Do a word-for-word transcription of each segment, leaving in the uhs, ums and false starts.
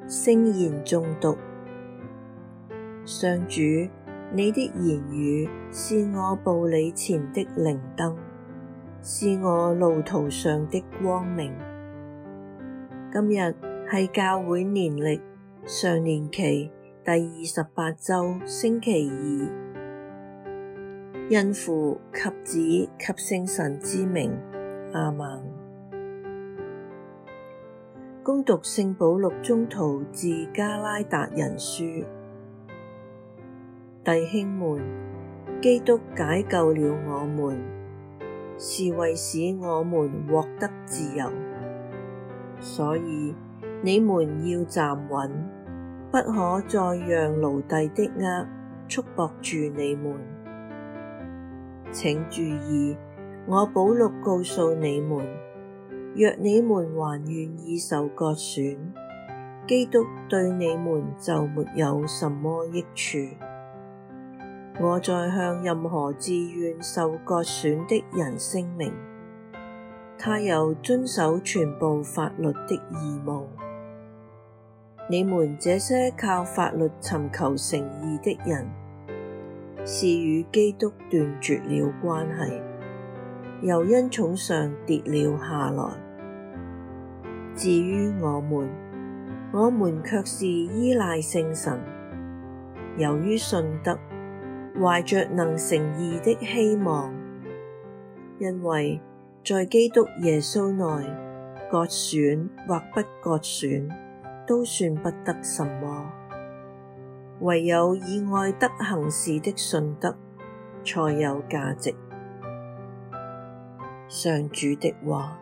聖言誦讀。上主，你的言語是我步履前的靈燈，是我路途上的光明。今日係教會年曆常年期第二十八週星期二，因父及子及聖神之名，阿們。恭讀聖保祿宗徒致加拉達人書。弟兄們，基督解救了我們，是為使我們獲得自由，所以你們要站穩，不可再讓奴隸的軛束縛住你們。請注意，我保祿告訴你們，若你們還願意受割損，基督對你們就沒有什麼益處。我在向任何自願受割損的人聲明，他有遵守全部法律的義務。你們這些靠法律尋求成義的人，是與基督斷絕了關係，又因寵上跌了下來。至於我們，我們卻是依賴聖神，由於信德，懷着能成義的希望。因為在基督耶穌內，割損或不割損，都算不得什麼，唯有以愛德行事的信德，才有價值。上主的話。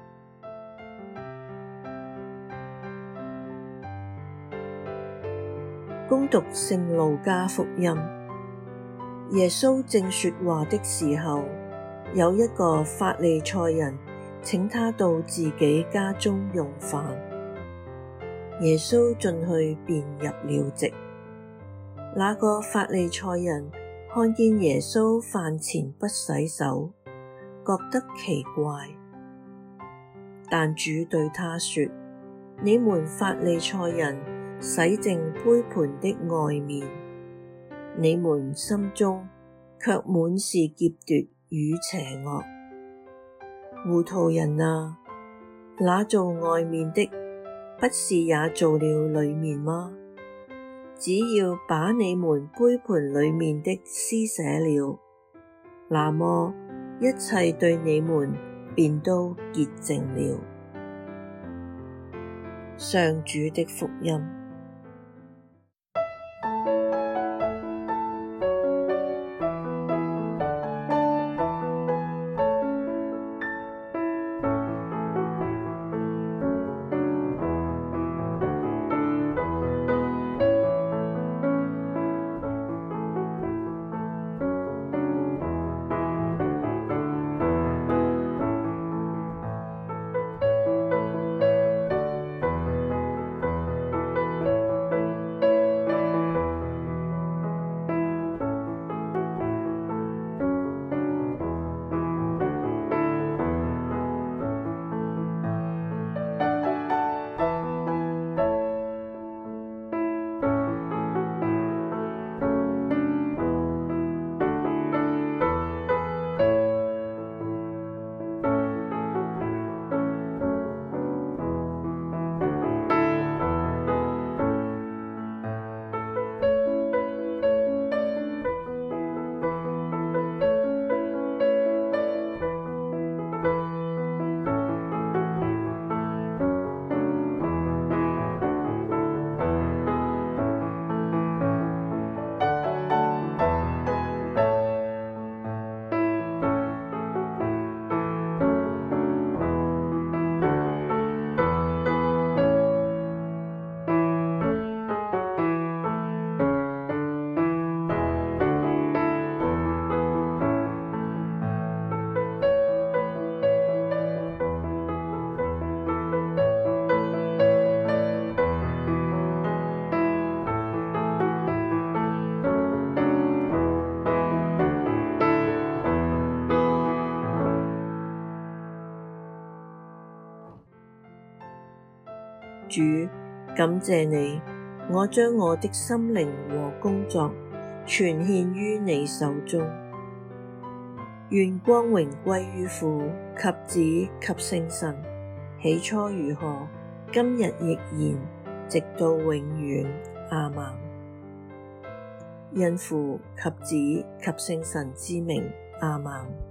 恭讀聖路加福音。耶穌正說話的時候，有一個法利賽人請他到自己家中用飯。耶穌進去便入了席。那個法利賽人看見耶穌飯前不洗手，覺得奇怪。但主對他說：你們法利賽人洗淨杯盤的外面，你們心中卻滿是劫奪與邪惡。糊塗人啊，那造外面的，不是也造了裡面嗎？只要把你們杯盤裡面的施捨了，那麼一切對你們便都潔淨了。上主的福音。主，感謝你我將我的心靈和工作全獻於你手中。願光榮歸於父及子及聖神，起初如何，今日亦然，直到永遠。阿們。因父及子及聖神之名。阿們。